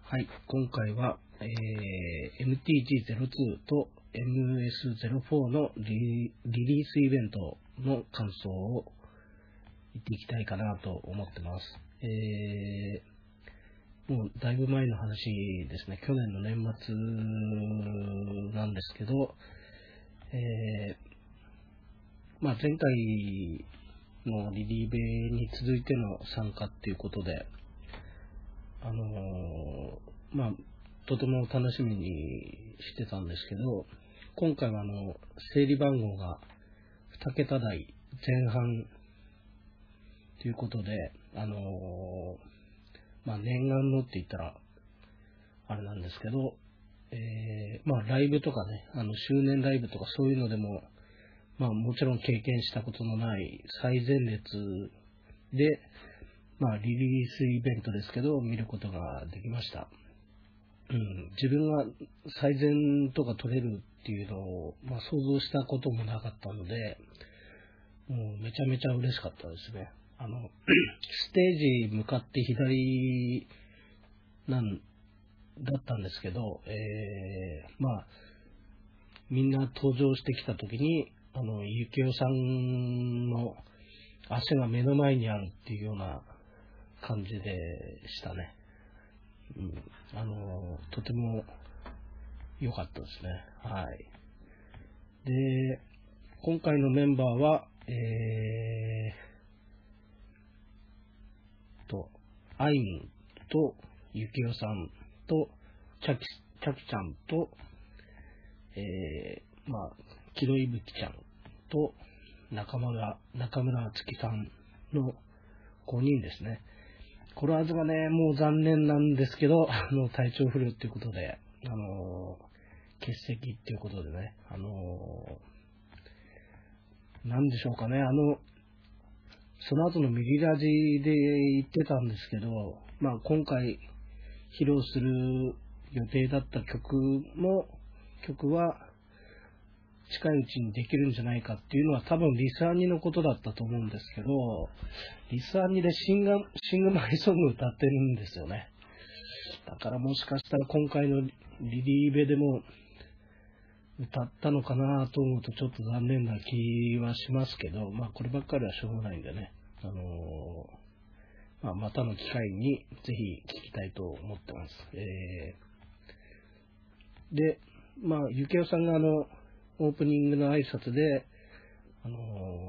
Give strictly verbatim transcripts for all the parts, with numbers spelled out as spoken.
はい、今回は、えー、エムティージーゼロツー と エムエスゼロフォー のリ、リリースイベントの感想を言っていきたいかなと思ってます。えー、もうだいぶ前の話ですね。去年の年末なんですけど、えー、まあ前回のリリーベに続いての参加っていうことで、あのー、まあ、とても楽しみにしてたんですけど、今回はあの、整理番号がに桁台前半ということで、あのー、まあ、念願のって言ったら、あれなんですけど、えー、まあ、ライブとかね、あの、周年ライブとかそういうのでも、まあ、もちろん経験したことのない最前列で、まあ、リリースイベントですけど、見ることができました。うん、自分が最善とか取れるっていうのを、まあ、想像したこともなかったので、もうめちゃめちゃ嬉しかったですね。あの、ステージ向かって左なんだったんですけど、えー、まあ、みんな登場してきたときに、あの、ゆきおさんの足が目の前にあるっていうような感じでしたね。うん、あのとても良かったですね。はい。で、今回のメンバーは、えーと、あいみんと、ゆきおさんと、ちゃき、ちゃきちゃんと、えー、まあ、きろいぶきちゃんと、中村、中村あつきさんのごにんですね。コロワーズがね、もう残念なんですけど、あの、体調不良っていうことで、あのー、欠席っていうことでね、あのー、なんでしょうかね、あの、その後のミリラジで言ってたんですけど、まあ今回披露する予定だった曲も、曲は近いうちにできるんじゃないかっていうのは多分リスアニのことだったと思うんですけど、リスアニでシンガ、シングマイソング歌ってるんですよね。だからもしかしたら今回のリリーベでも歌ったのかなと思うとちょっと残念な気はしますけど、まあこればっかりはしょうがないんでね、あのーまあ、またの機会にぜひ聞きたいと思ってます。えー、で、まあゆきおさんがあのオープニングの挨拶で、あのー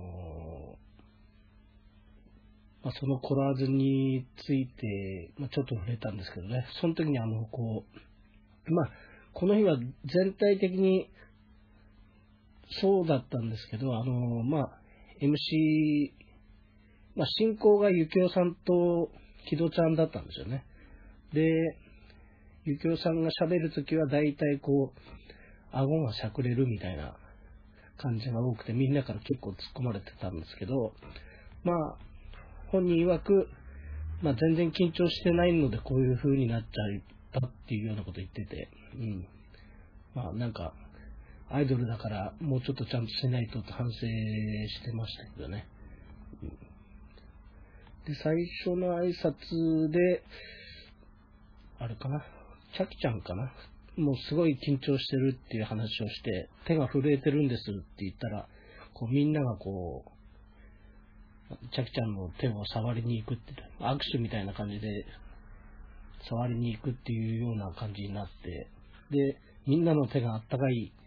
まあ、そのコラーズについて、まあ、ちょっと触れたんですけどね、その時にあのこう、まあこの日は全体的にそうだったんですけど、あの、まあ、エムシー、まあ、進行がゆきおさんと木戸ちゃんだったんですよね。で、ゆきおさんが喋るときは大体こう、顎がしゃくれるみたいな感じが多くて、みんなから結構突っ込まれてたんですけど、まあ、本人曰く、まあ、全然緊張してないのでこういう風になっちゃったっていうようなこと言ってて、うん。まあ、なんか、アイドルだからもうちょっとちゃんとしないとって反省してましたけどね。うん、で、最初の挨拶で、あれかな、ちゃきちゃんかな、もうすごい緊張してるっていう話をして、手が震えてるんですって言ったら、こうみんながこう、ちゃきちゃんの手を触りに行くって、握手みたいな感じで触りに行くっていうような感じになって、で、みんなの手があったかい、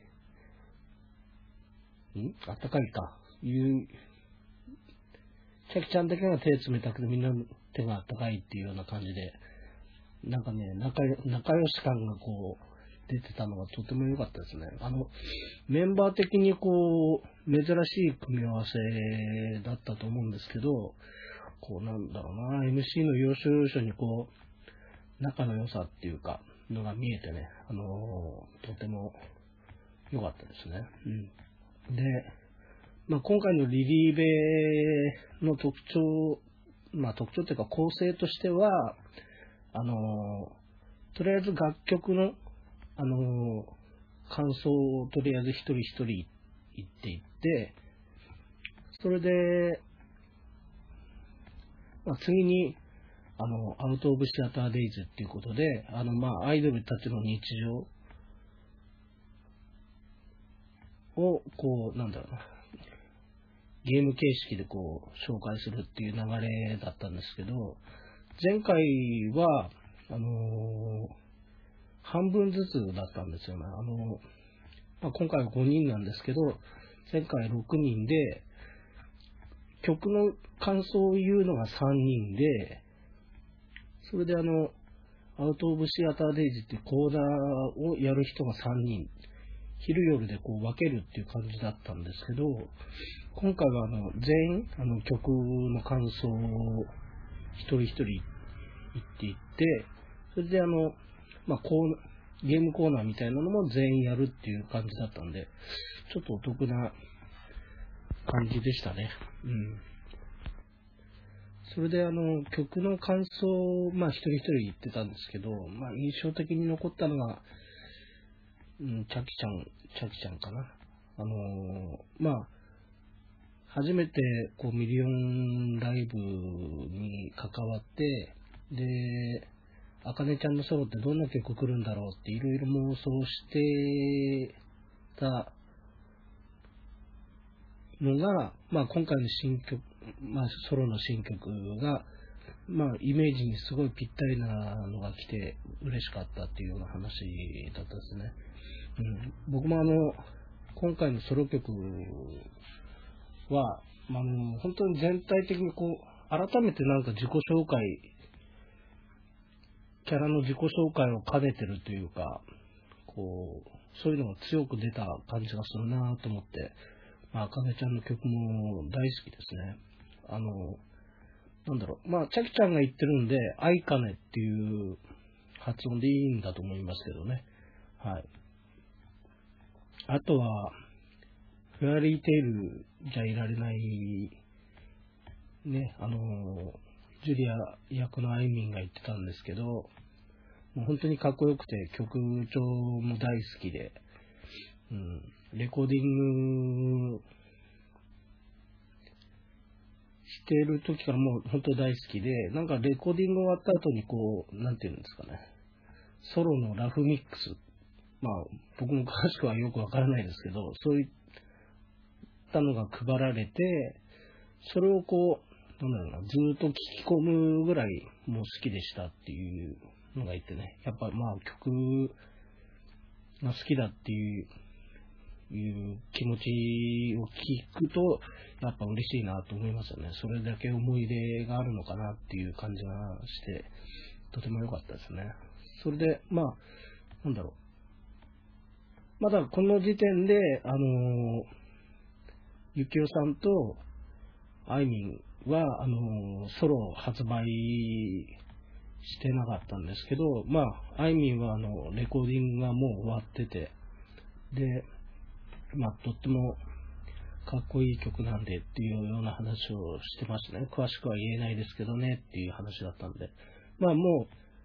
んあったかいか、いう、ちゃきちゃんだけが手冷たくてみんなの手があったかいっていうような感じで、なんかね、仲良、仲良し感がこう、出てたのがとても良かったですね。あの、メンバー的にこう、珍しい組み合わせだったと思うんですけど、こうなんだろうな、エムシー の要所要所にこう、仲の良さっていうか、のが見えてね、あのー、とても良かったですね。うん。で、まあ、今回のリリーベの特徴、まあ、特徴というか構成としては、あのー、とりあえず楽曲の、あのー、感想をとりあえず一人一人言っていって、それで、まあ、次に、 あの、アウトオブシアターデイズっていうことで、あの、まあ、アイドルたちの日常を、こう、なんだろうな、ゲーム形式でこう、紹介するっていう流れだったんですけど、前回は、あのー半分ずつだったんですよね。あの、まあ、今回はごにんなんですけど、前回ろくにんで、曲の感想を言うのがさんにんで、それであの、アウトオブシアターデイズっていうコーナーをやる人がさんにん、昼夜でこう分けるっていう感じだったんですけど、今回はあの全員あの曲の感想を一人一人言っていって、それであの、まあ、こうゲームコーナーみたいなのも全員やるっていう感じだったんで、ちょっとお得な感じでしたね。うん。それであの曲の感想を、まあ、一人一人言ってたんですけど、まあ、印象的に残ったのが、うん、チャキちゃん、チャキちゃんかな。あのー、まあ、初めてこうミリオンライブに関わって、で、あかねちゃんのソロってどんな曲来るんだろうっていろいろ妄想してたのが、まあ今回の新曲、まあソロの新曲が、まあイメージにすごいぴったりなのが来て嬉しかったっていうような話だったですね。うん、僕もあの、今回のソロ曲は、まあ、あの本当に全体的にこう、改めてなんか自己紹介、キャラの自己紹介を兼ねてるというか、こう、そういうのが強く出た感じがするなと思って、まあ、あかねちゃんの曲も大好きですね。あの、なんだろう、まあ、チャキちゃんが言ってるんで、あいかねっていう発音でいいんだと思いますけどね。はい。あとは、フェアリーテイルじゃいられない、ね、あの、ジュリア役のあいみんが言ってたんですけど、もう本当にかっこよくて曲調も大好きで、うん、レコーディングしてる時からもう本当に大好きで、なんかレコーディング終わった後にこう、なんていうんですかね、ソロのラフミックス、まあ僕も詳しくはよくわからないですけど、そういったのが配られて、それをこう、なんだろうな、ずーっと聞き込むぐらいもう好きでしたっていうのがいてね、やっぱまあ曲が好きだっていう、いう気持ちを聞くと、やっぱ嬉しいなと思いますよね。それだけ思い出があるのかなっていう感じがして、とても良かったですね。それで、まあ、なんだろう。まだこの時点で、あのー、ゆきおさんとあいみんは、あのー、ソロ発売してなかったんですけど、まあ、あいみんは、あの、レコーディングがもう終わってて、で、まあ、とってもかっこいい曲なんでっていうような話をしてましたね。詳しくは言えないですけどねっていう話だったんで。まあもう、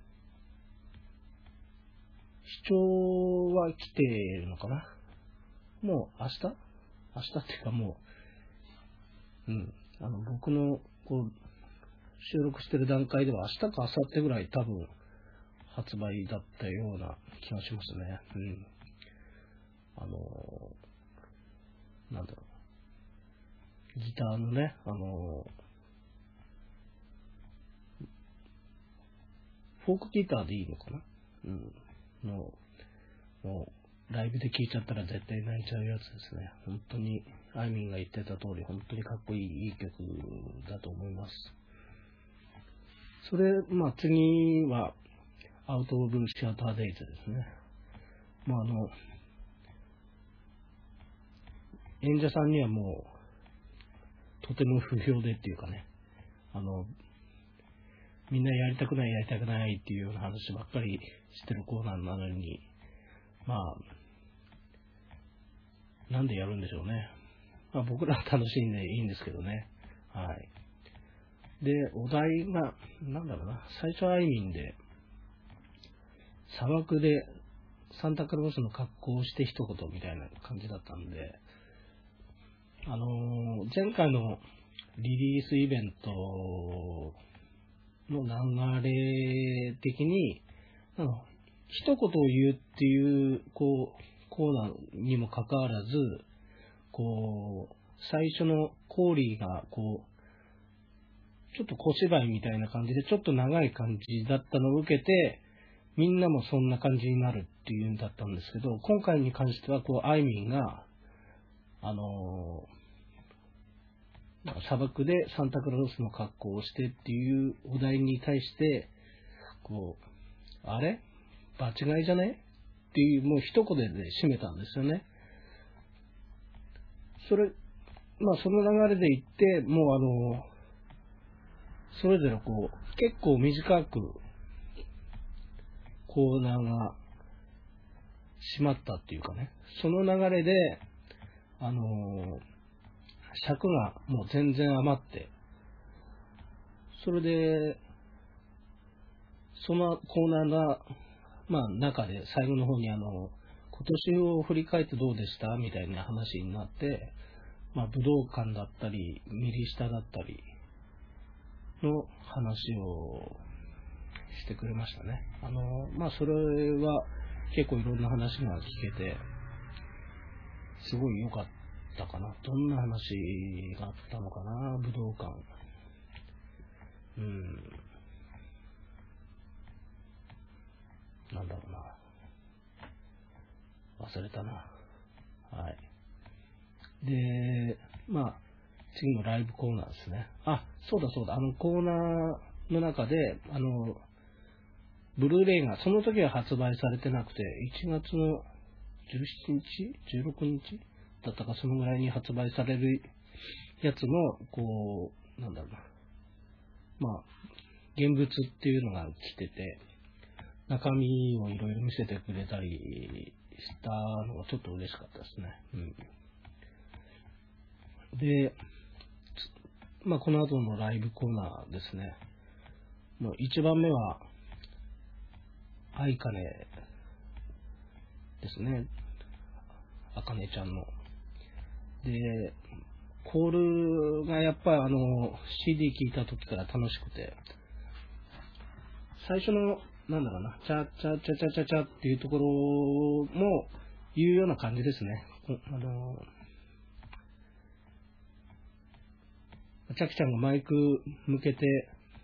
視聴は来てるのかな。もう明日明日っていうかもう、うん。あの、僕のこう、収録してる段階では明日か明後日ぐらい多分発売だったような気がしますね。うん。あのー、なんだろう。ギターのね、あのー、フォークギターでいいのかな、うん。の、もう、ライブで聴いちゃったら絶対泣いちゃうやつですね。本当に、あいみんが言ってた通り、本当にかっこいい、いい曲だと思います。それ、まあ次は、アウトオブシアターデイズですね。まああの、演者さんにはもう、とても不評でっていうかね、あの、みんなやりたくない、やりたくないっていうような話ばっかりしてるコーナーなのに、まあ、なんでやるんでしょうね。まあ僕らは楽しんでいいんですけどね。はい。で、お題が、なんだろうな、最初はあいみんで、砂漠でサンタクロースの格好をして一言みたいな感じだったんで、あのー、前回のリリースイベントの流れ的に、あの一言を言うっていう、こう、コーナーにもかかわらず、こう、最初のコーリーが、こう、ちょっと小芝居みたいな感じで、ちょっと長い感じだったのを受けて、みんなもそんな感じになるっていうんだったんですけど、今回に関しては、こう、あいみんが、あのー、砂漠でサンタクロースの格好をしてっていうお題に対して、こう、あれ場違いじゃねっていう、もう一言で締めたんですよね。それ、まあその流れで言って、もうあの、それぞれこう、結構短くコーナーが閉まったっていうかね、その流れで、あの、尺がもう全然余って、それで、そのコーナーが、まあ中で最後の方にあの、今年を振り返ってどうでしたみたいな話になって、まあ武道館だったり、ミリシタだったりの話をしてくれましたね。あの、まあそれは結構いろんな話が聞けて、すごい良かったかな。どんな話があったのかな、武道館。うん。なんだろうな。忘れたな。はい。で、まあ、次のライブコーナーですね。あ、そうだそうだ。あのコーナーの中で、あの、ブルーレイが、その時は発売されてなくて、いちがつのじゅうしちにち ?じゅうろくにちだったか、そのぐらいに発売されるやつの、こう、なんだろうな。まあ、現物っていうのが来てて、中身をいろいろ見せてくれたりしたのがちょっと嬉しかったですね。うん。で、まあ、この後のライブコーナーですね。もういちばんめは、あいかねですね。あかねちゃんの。で、コールがやっぱりあの、シーディー 聴いた時から楽しくて、最初の、なんだろうな、チャチャチャチャチャチャっていうところも言うような感じですね。あの、チャキちゃんがマイク向けて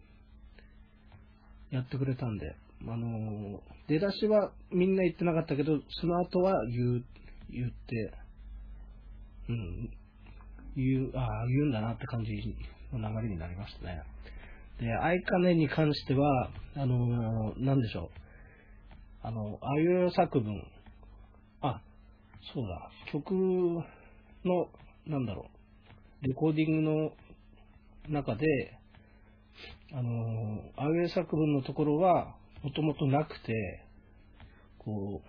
やってくれたんで、あの、出だしはみんな言ってなかったけど、その後は言う、言って、うん、言う、ああ、言うんだなって感じの流れになりましたね。で、あいかねに関しては、あの、なんでしょう。あの、あいうえ作文、あ、そうだ、曲の、なんだろう、レコーディングの中で、あの、あいうえ作文のところは、もともとなくて、こう、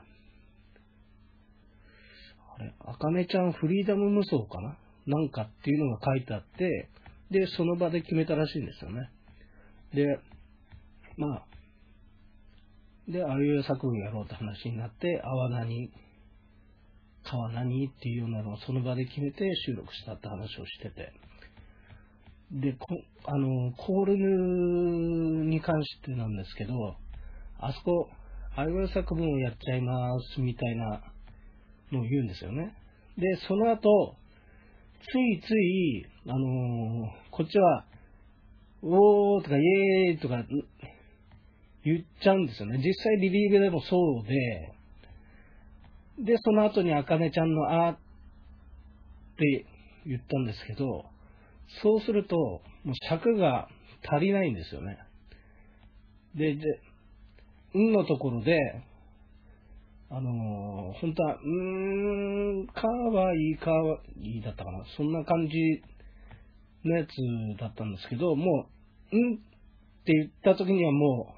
あれ、あかねちゃんフリーダム無双かななんかっていうのが書いてあって、で、その場で決めたらしいんですよね。で、まあ、で、ああいう作文やろうって話になって、あわなに、かわなにっていうようなのをその場で決めて収録したって話をしてて、で、こあの、コールに関してなんですけど、あそこ、あいう作文をやっちゃいますみたいなのを言うんですよね。で、その後、ついつい、あのー、こっちは、おーとかイエーイとか言っちゃうんですよね。実際リリーベでもそうで、で、その後にあかねちゃんのあーって言ったんですけど、そうすると、もう尺が足りないんですよね。で、で、んのところで、あのー、本当は、うーん、かわいいかわいいだったかな。そんな感じのやつだったんですけど、もう、んって言った時にはも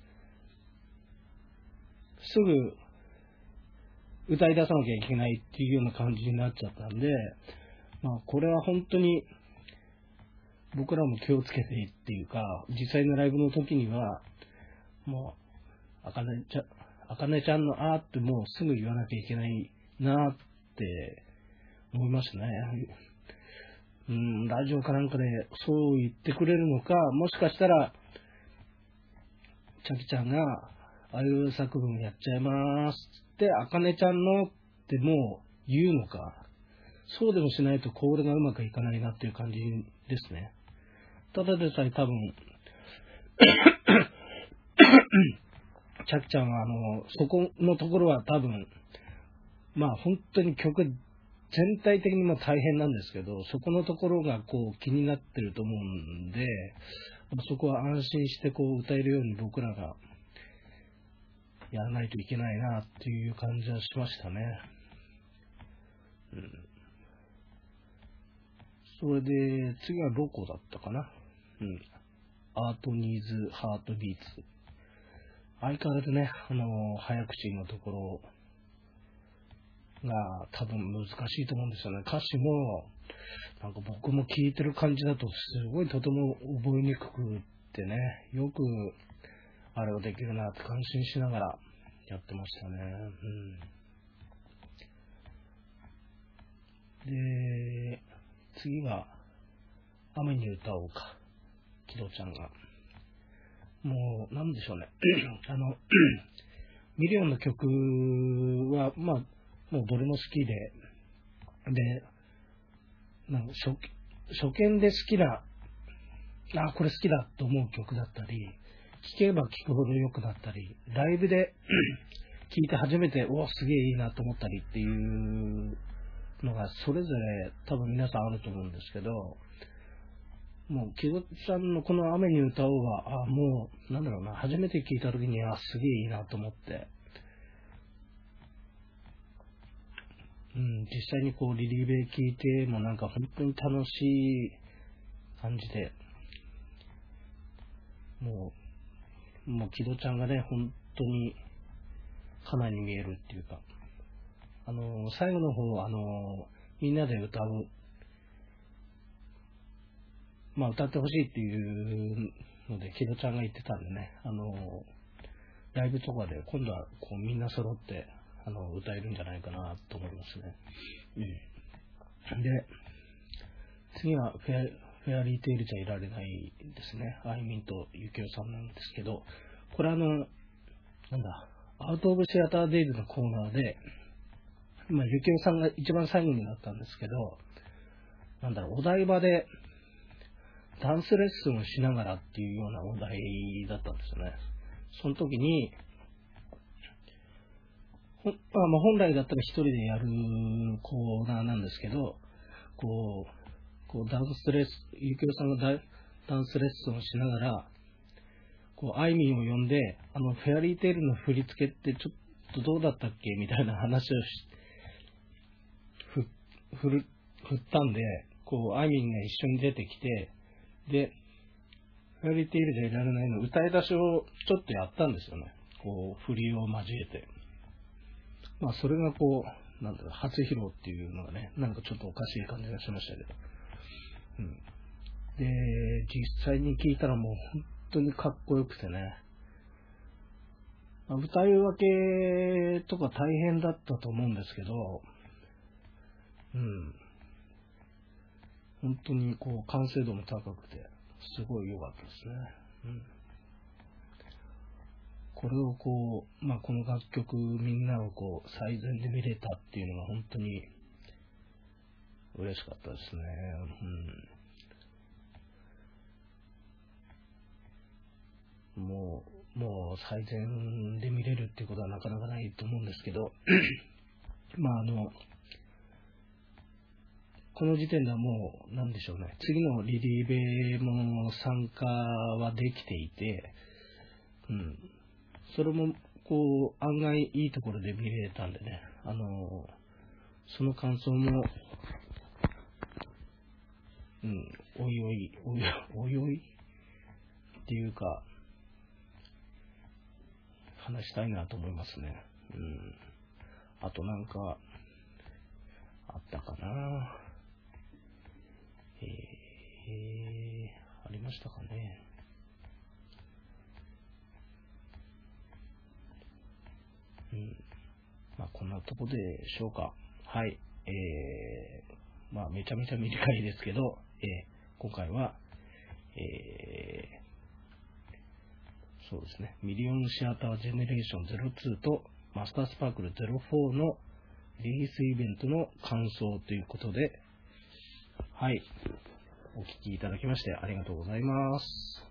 う、すぐ歌い出さなきゃいけないっていうような感じになっちゃったんで、まあ、これは本当に僕らも気をつけてっていうか、実際のライブの時には、もう、あかねちゃん、あかねちゃんのあーってもうすぐ言わなきゃいけないなーって思いましたね。うん、ラジオかなんかでそう言ってくれるのか、もしかしたら、 チャキちゃんが、ああいう作文やっちゃいますって、あかねちゃんのってもう言うのか、そうでもしないとこれがうまくいかないなっていう感じですね。ただでさえ多分、チャキちゃんはあの、そこのところは多分、まあ本当に曲全体的にも大変なんですけど、そこのところがこう気になってると思うんで、そこは安心してこう歌えるように僕らがやらないといけないなっていう感じはしましたね。うん、それで次はロコだったかな。うん。アートニーズハートビーツ。相変わらずね、あの早口のところが多分難しいと思うんですよね。歌詞もなんか僕も聞いてる感じだとすごいとても覚えにくくってね、よくあれをできるなって感心しながらやってましたね。うん、で、次は雨に歌おうか。キドちゃんが。もう、なんでしょうね。あの、ミリオンの曲は、まあ、もうどれも好きで、で、なんか初、初見で好きな、あ、これ好きだと思う曲だったり、聴けば聴くほど良くなったり、ライブで聴いて初めて、お、すげえいいなと思ったりっていうのが、それぞれ多分皆さんあると思うんですけど、もう、キドちゃんのこの雨に歌おうは、あ、もう、なんだろうな、初めて聴いた時に、あ、すげえいいなと思って、うん、実際にこう、リリーベ聴いてもなんか本当に楽しい感じで、もう、もう、キドちゃんがね、本当に、かなり見えるっていうか、あの、最後の方、あの、みんなで歌う、まあ、歌ってほしいっていうので、キドちゃんが言ってたんでね、あの、ライブとかで今度はこうみんな揃ってあの歌えるんじゃないかなと思いますね。うん、で、次はフェア、フェアリーテイルじゃいられないですね。あいみんとゆきおさんなんですけど、これあの、なんだ、アウトオブシアターデイズのコーナーで、まあ、ゆきおさんが一番最後になったんですけど、なんだろう、お台場でダンスレッスンをしながらっていうようなお題だったんですよね。その時に、ほまあ、本来だったら一人でやるコーナーなんですけど、こう、こうダンスレッスン、ゆきおさんがダンスレッスンをしながら、こう、あいみんを呼んで、あの、フェアリーテールの振り付けってちょっとどうだったっけみたいな話をし、ふ、振る、振ったんで、こう、あいみんが一緒に出てきて、で、フェアリーテールじゃいられないの歌い出しをちょっとやったんですよね。こう、振りを交えて。まあ、それがこう、なんだろう、初披露っていうのがね、なんかちょっとおかしい感じがしましたけど。うん。で、実際に聞いたらもう本当にかっこよくてね。まあ、歌い分けとか大変だったと思うんですけど、うん。本当にこう、完成度も高くて、すごい良かったですね。うん。これをこう、まあ、この楽曲みんなをこう最善で見れたっていうのが本当に嬉しかったですね。うん、もう、もう最善で見れるっていうことはなかなかないと思うんですけど、まああの、この時点ではもう、なんでしょうね、次のリリーベも参加はできていて、うん、それもこう案外いいところで見れたんでね、あのその感想も、うん、おいおい、おいおいおいっていうか、話したいなと思いますね。うん。あとなんか、あったかな。えー、えー、ありましたかね。うん。まあ、こんなとこでしょうか。はい。えー、まあ、めちゃめちゃ短いですけど、えー、今回は、えー、 そうですね、ミリオンシアタージェネレーションゼロツーとマスタースパークルゼロフォーのリリースイベントの感想ということで、はい、お聞きいただきましてありがとうございます。